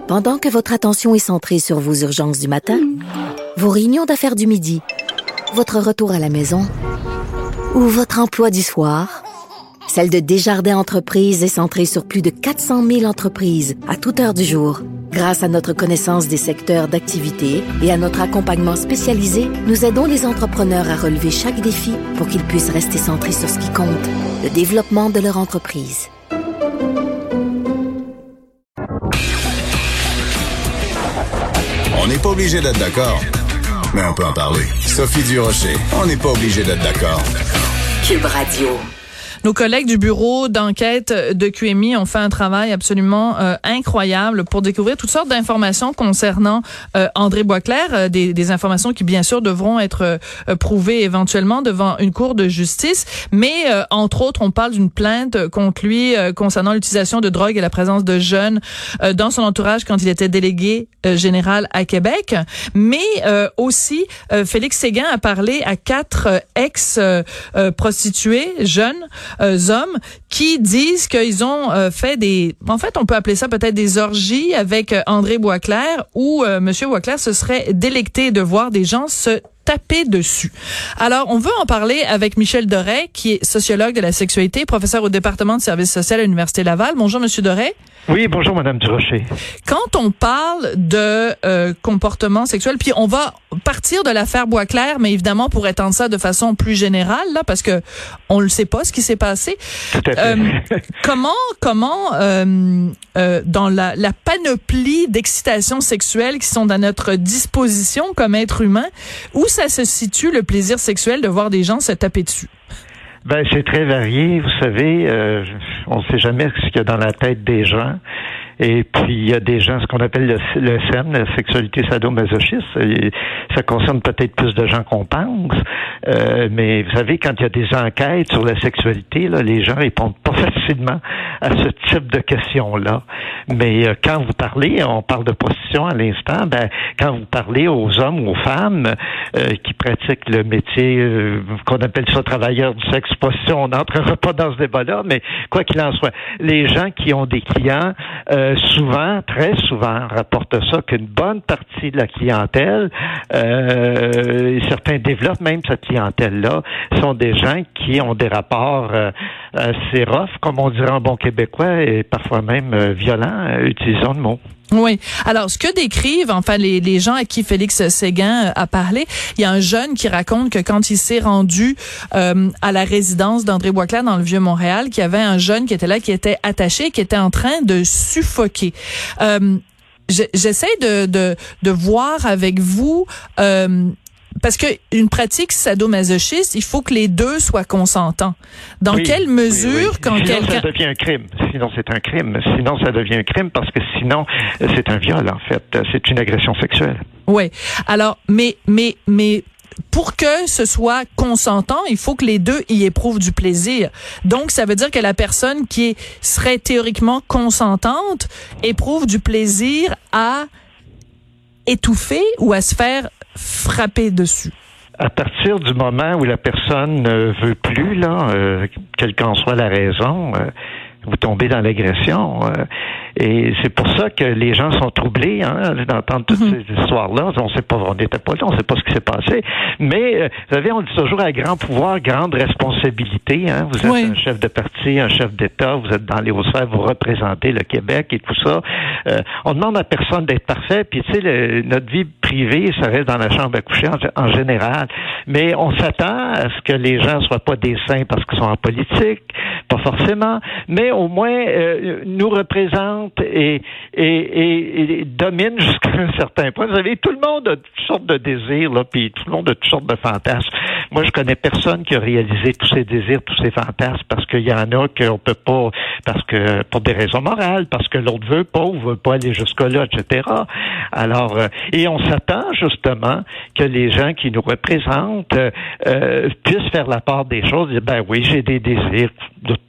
Pendant que votre attention est centrée sur vos urgences du matin, vos réunions d'affaires du midi, votre retour à la maison ou votre emploi du soir, celle de Desjardins Entreprises est centrée sur plus de 400 000 entreprises à toute heure du jour. Grâce à notre connaissance des secteurs d'activité et à notre accompagnement spécialisé, nous aidons les entrepreneurs à relever chaque défi pour qu'ils puissent rester centrés sur ce qui compte, le développement de leur entreprise. On n'est pas obligé d'être d'accord, mais on peut en parler. Sophie Durocher, on n'est pas obligé d'être d'accord. Cube Radio. Nos collègues du bureau d'enquête de QMI ont fait un travail absolument incroyable pour découvrir toutes sortes d'informations concernant André Boisclair, des informations qui bien sûr devront être prouvées éventuellement devant une cour de justice, mais entre autres on parle d'une plainte contre lui concernant l'utilisation de drogue et la présence de jeunes dans son entourage quand il était délégué général à Québec, mais aussi Félix Séguin a parlé à 4 ex-prostituées jeunes hommes qui disent qu'ils ont fait en fait, on peut appeler ça peut-être des orgies avec André Boisclair, où Monsieur Boisclair se serait délecté de voir des gens se taper dessus. Alors, on veut en parler avec Michel Doré, qui est sociologue de la sexualité, professeur au département de services sociaux à l'Université Laval. Bonjour, Monsieur Doré. Oui, bonjour, Madame Durocher. Quand on parle de comportement sexuel, puis on va partir de l'affaire Boisclair, mais évidemment pour étendre ça de façon plus générale, là, parce que on le sait pas ce qui s'est passé. Tout à fait. Comment dans la panoplie d'excitations sexuelles qui sont à notre disposition comme être humain, où ça se situe le plaisir sexuel de voir des gens se taper dessus? Ben, c'est très varié, vous savez, on ne sait jamais ce qu'il y a dans la tête des gens. Et puis, il y a des gens, ce qu'on appelle le SEM, la sexualité sadomasochiste. Ça concerne peut-être plus de gens qu'on pense. Mais vous savez, quand il y a des enquêtes sur la sexualité, là, les gens répondent pas facilement à ce type de questions-là. Mais quand vous parlez, on parle de prostitution à l'instant, ben, quand vous parlez aux hommes ou aux femmes qui pratiquent le métier qu'on appelle ça travailleurs du sexe prostitution, on n'entrera pas dans ce débat-là, mais quoi qu'il en soit, les gens qui ont des clients souvent, très souvent, rapportent ça qu'une bonne partie de la clientèle, certains développent même cette clientèle-là, sont des gens qui ont des rapports assez rough, comme on dirait en bon québécois, et parfois même violents, utilisons le mot. Oui. Alors, ce que décrivent, enfin, les gens à qui Félix Séguin a parlé, il y a un jeune qui raconte que quand il s'est rendu à la résidence d'André Boisclair dans le Vieux-Montréal, qu'il y avait un jeune qui était là, qui était attaché, qui était en train de suffoquer. J'essaie de voir avec vous... parce que une pratique sadomasochiste, il faut que les deux soient consentants. Dans quelle mesure, quand sinon, quelqu'un... ça devient un crime. Sinon, c'est un crime. Sinon, ça devient un crime parce que sinon, c'est un viol, en fait. C'est une agression sexuelle. Oui. Alors, mais pour que ce soit consentant, il faut que les deux y éprouvent du plaisir. Donc, ça veut dire que la personne qui serait théoriquement consentante éprouve du plaisir à étouffer ou à se faire frapper dessus. À partir du moment où la personne ne veut plus, là, quelle qu'en soit la raison, vous tombez dans l'agression. Et c'est pour ça que les gens sont troublés d'entendre toutes ces histoires-là. On sait pas, on n'était pas là, on sait pas ce qui s'est passé. Mais, vous savez, on dit toujours à grand pouvoir, grande responsabilité. Vous êtes un chef de parti, un chef d'État, vous êtes dans les hautes sphères, vous représentez le Québec et tout ça. On demande à personne d'être parfait. Puis, tu sais, notre vie privée, ça reste dans la chambre à coucher en général. Mais on s'attend à ce que les gens soient pas des saints parce qu'ils sont en politique, pas forcément, mais au moins nous représentent et dominent jusqu'à un certain point. Vous savez, tout le monde a toutes sortes de désirs, là, puis tout le monde a toutes sortes de fantasmes. Moi, je connais personne qui a réalisé tous ses désirs, tous ses fantasmes, parce qu'il y en a qu'on peut pas, parce que pour des raisons morales, parce que l'autre veut pas ou veut pas aller jusque-là, etc. Alors, et on s'attend justement que les gens qui nous représentent puissent faire la part des choses. Dire, ben oui, j'ai des désirs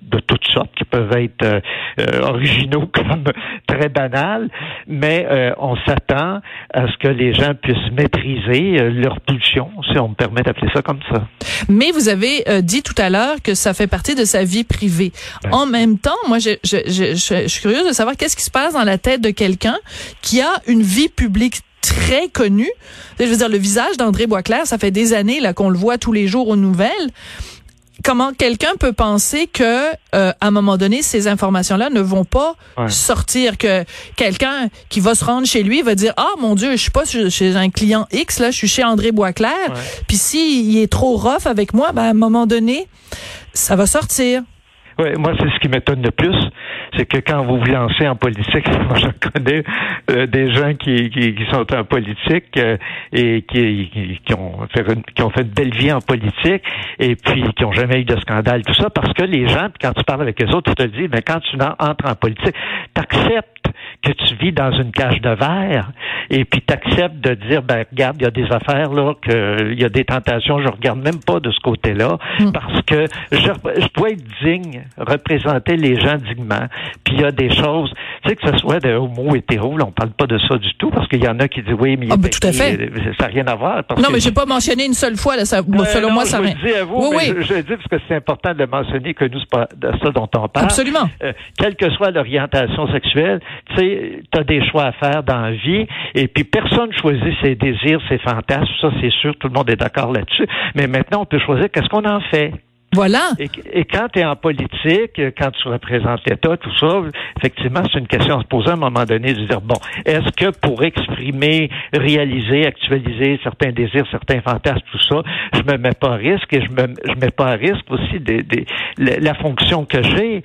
de toutes sortes, qui peuvent être originaux comme très banals, mais on s'attend à ce que les gens puissent maîtriser leur pulsion, si on me permet d'appeler ça comme ça. Mais vous avez dit tout à l'heure que ça fait partie de sa vie privée. Ben. En même temps, moi, je suis curieuse de savoir qu'est-ce qui se passe dans la tête de quelqu'un qui a une vie publique très connue. Je veux dire, le visage d'André Boisclair, ça fait des années là qu'on le voit tous les jours aux nouvelles. Comment quelqu'un peut penser que à un moment donné ces informations-là ne vont pas sortir, que quelqu'un qui va se rendre chez lui va dire mon Dieu, je suis pas chez un client X là, je suis chez André Boisclair. Puis s'il est trop rough avec moi, à un moment donné, ça va sortir. Oui, moi, c'est ce qui m'étonne le plus, c'est que quand vous vous lancez en politique, moi, je connais des gens qui sont en politique et qui ont fait une belle vie en politique et puis qui ont jamais eu de scandale, tout ça, parce que les gens, quand tu parles avec eux autres, tu te dis, mais quand tu entres en politique, t'acceptes que tu vis dans une cage de verre et puis t'acceptes de dire, regarde, il y a des affaires là, il y a des tentations, je regarde même pas de ce côté-là, parce que je dois être digne, représenter les gens dignement. Puis il y a des choses, tu sais, que ce soit de homo, hétéro, là, on parle pas de ça du tout, parce qu'il y en a qui disent oui, mais tout à fait. Ça n'a rien à voir. Non, mais j'ai pas mentionné une seule fois, là, selon moi, ça rien. Je le dis à vous, je le dis parce que c'est important de le mentionner que nous, c'est pas de ça dont on parle. Absolument. Quelle que soit l'orientation sexuelle, tu sais, t'as des choix à faire dans la vie, et puis personne choisit ses désirs, ses fantasmes, ça c'est sûr, tout le monde est d'accord là-dessus, mais maintenant on peut choisir qu'est-ce qu'on en fait. Voilà. Et quand tu es en politique, quand tu représentes l'État, tout ça, effectivement, c'est une question à se poser à un moment donné, de dire, est-ce que pour exprimer, réaliser, actualiser certains désirs, certains fantasmes, tout ça, je me mets pas à risque et je mets pas à risque aussi la fonction que j'ai.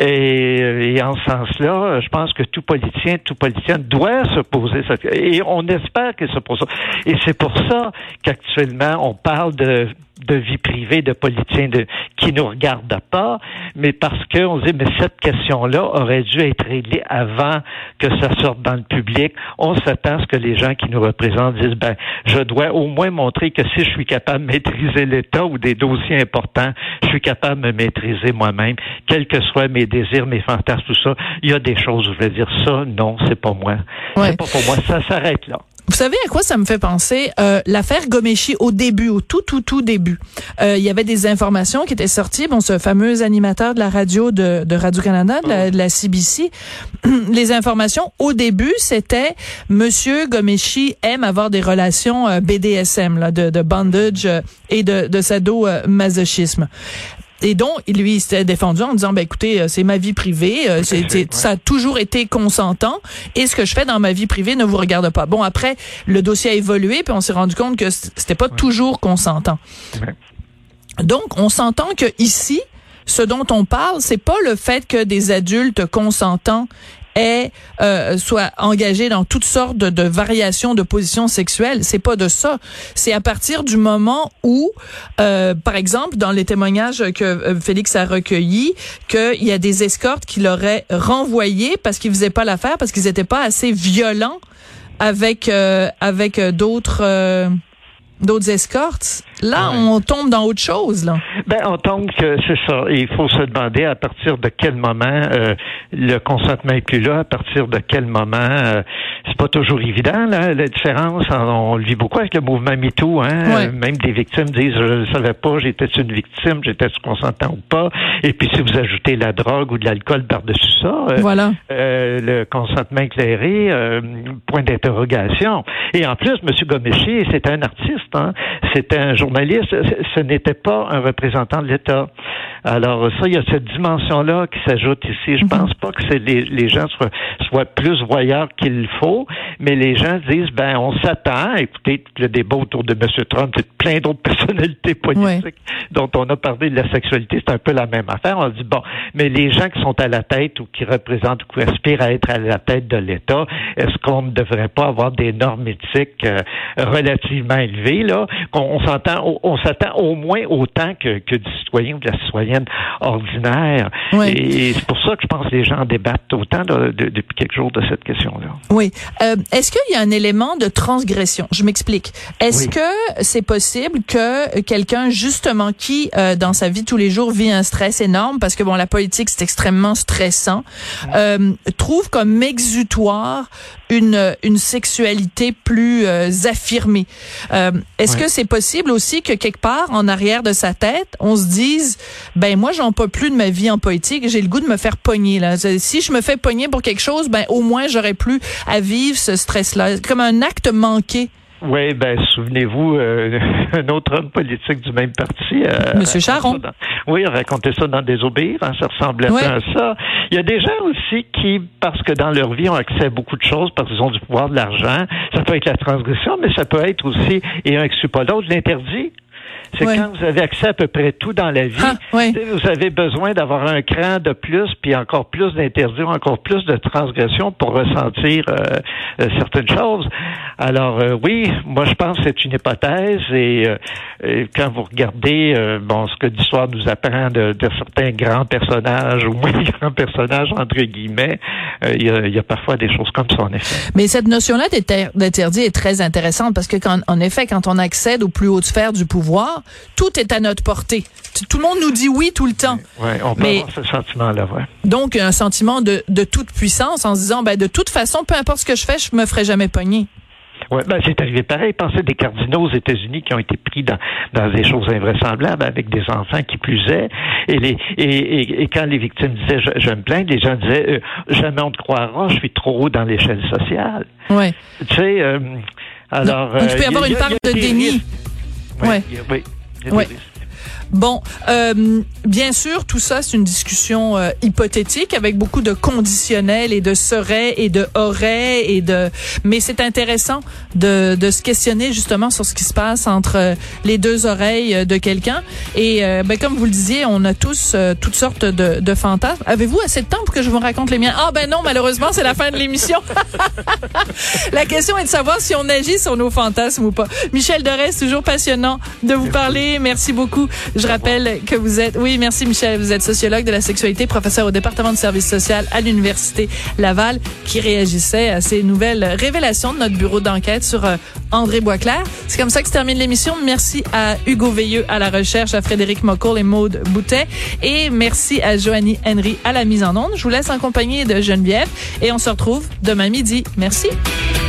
Et en ce sens-là, je pense que tout politicien, toute politicienne doit se poser ça. Et on espère qu'il se pose ça. Et c'est pour ça qu'actuellement, on parle de vie privée, de politiciens qui nous regardent pas, mais parce qu'on dit, mais cette question-là aurait dû être réglée avant que ça sorte dans le public. On s'attend à ce que les gens qui nous représentent disent, je dois au moins montrer que si je suis capable de maîtriser l'État ou des dossiers importants, je suis capable de me maîtriser moi-même, quels que soient mes désirs, mes fantasmes, tout ça. Il y a des choses où je vais dire, ça, non, c'est pas moi. Ouais. C'est pas pour moi. Ça s'arrête là. Vous savez à quoi ça me fait penser? L'affaire Ghomeshi, au début, au tout début, il y avait des informations qui étaient sorties. Ce fameux animateur de la radio de Radio-Canada, de la CBC, les informations, au début, c'était Monsieur Ghomeshi aime avoir des relations BDSM, là, de bondage et de sadomasochisme. Et donc, lui, il s'était défendu en disant, écoutez, c'est ma vie privée, ça a toujours été consentant, et ce que je fais dans ma vie privée ne vous regarde pas. Bon, après, le dossier a évolué, puis on s'est rendu compte que c'était pas toujours consentant. Donc, on s'entend que ici, ce dont on parle, c'est pas le fait que des adultes consentants soit engagé dans toutes sortes de variations de positions sexuelles. C'est pas de ça. C'est à partir du moment où, par exemple, dans les témoignages que Félix a recueillis, qu'il y a des escortes qui l'auraient renvoyé parce qu'ils faisaient pas l'affaire, parce qu'ils étaient pas assez violents avec d'autres escortes. Là, on tombe dans autre chose, là. On tombe que c'est ça. Il faut se demander à partir de quel moment le consentement est plus là, à partir de quel moment c'est pas toujours évident, là, la différence. On le vit beaucoup avec le mouvement MeToo, même des victimes disent, je ne savais pas, j'étais une victime, j'étais consentant ou pas. Et puis si vous ajoutez la drogue ou de l'alcool par-dessus ça, le consentement éclairé, point d'interrogation. Et en plus, M. Ghomeshi, c'est un artiste, c'était un journaliste, ce n'était pas un représentant de l'État. Alors ça, il y a cette dimension-là qui s'ajoute ici. Je pense pas que les gens soient plus voyeurs qu'il faut, mais les gens disent, on s'attend, écoutez, le débat autour de M. Trump, c'est plein d'autres personnalités politiques dont on a parlé de la sexualité, c'est un peu la même affaire. On dit, mais les gens qui sont à la tête ou qui représentent ou qui aspirent à être à la tête de l'État, est-ce qu'on ne devrait pas avoir des normes éthiques relativement élevées, là? On s'attend au moins autant que du citoyen ou de la citoyenne citoyenne ordinaire. Oui. Et c'est pour ça que je pense que les gens débattent autant depuis quelques jours de cette question-là. Oui. Est-ce qu'il y a un élément de transgression? Je m'explique. Est-ce que c'est possible que quelqu'un, justement, qui, dans sa vie tous les jours, vit un stress énorme, parce que, bon, la politique, c'est extrêmement stressant, trouve comme exutoire une sexualité plus affirmée? Est-ce que c'est possible aussi que, quelque part, en arrière de sa tête, on se dise, ben, moi, j'en peux plus de ma vie en politique, j'ai le goût de me faire pogner, là. Si je me fais pogner pour quelque chose, ben, au moins, j'aurais plus à vivre ce stress-là. Comme un acte manqué. Oui, ben souvenez-vous, un autre homme politique du même parti, Monsieur Charon. A raconté ça dans Désobéir, hein, ça ressemblait à ça. Il y a des gens aussi qui, parce que dans leur vie, ont accès à beaucoup de choses, parce qu'ils ont du pouvoir, de l'argent. Ça peut être la transgression, mais ça peut être aussi, et un exclut pas l'autre, l'interdit. C'est quand vous avez accès à peu près tout dans la vie, vous avez besoin d'avoir un cran de plus, puis encore plus d'interdits, encore plus de transgressions pour ressentir certaines choses. Alors oui, moi je pense que c'est une hypothèse, et quand vous regardez ce que l'histoire nous apprend de certains grands personnages, ou moins grands personnages entre guillemets, il y a parfois des choses comme ça en effet. Mais cette notion-là d'interdit est très intéressante, parce que en effet, quand on accède aux plus hautes sphères du pouvoir, tout est à notre portée. Tout le monde nous dit oui tout le temps. Oui, on peut avoir ce sentiment-là, ouais. Donc, un sentiment de toute puissance, en se disant, ben, de toute façon, peu importe ce que je fais, je me ferai jamais pogner. Oui, ben, c'est arrivé pareil. Pensez des cardinaux aux États-Unis qui ont été pris dans des choses invraisemblables avec des enfants qui plus est. Et quand les victimes disaient, je me plains, les gens disaient, jamais on te croira, je suis trop haut dans l'échelle sociale. Oui. Tu sais, alors. Donc, il peut y avoir une part de déni. Oui. Bon, bien sûr, tout ça, c'est une discussion hypothétique avec beaucoup de conditionnels et de serait et de aurait mais c'est intéressant de se questionner justement sur ce qui se passe entre les deux oreilles de quelqu'un. Et comme vous le disiez, on a tous toutes sortes de fantasmes. Avez-vous assez de temps pour que je vous raconte les miens? Ah ben non, malheureusement, c'est la fin de l'émission. La question est de savoir si on agit sur nos fantasmes ou pas. Michel Dorès, toujours passionnant de vous parler. Merci beaucoup. Je rappelle que vous êtes... Oui, merci Michel. Vous êtes sociologue de la sexualité, professeur au département de services social à l'Université Laval, qui réagissait à ces nouvelles révélations de notre bureau d'enquête sur André Boisclair. C'est comme ça que se termine l'émission. Merci à Hugo Veilleux à la recherche, à Frédéric Mocoll et Maude Boutet. Et merci à Joanie Henry à la mise en onde. Je vous laisse en compagnie de Geneviève et on se retrouve demain midi. Merci.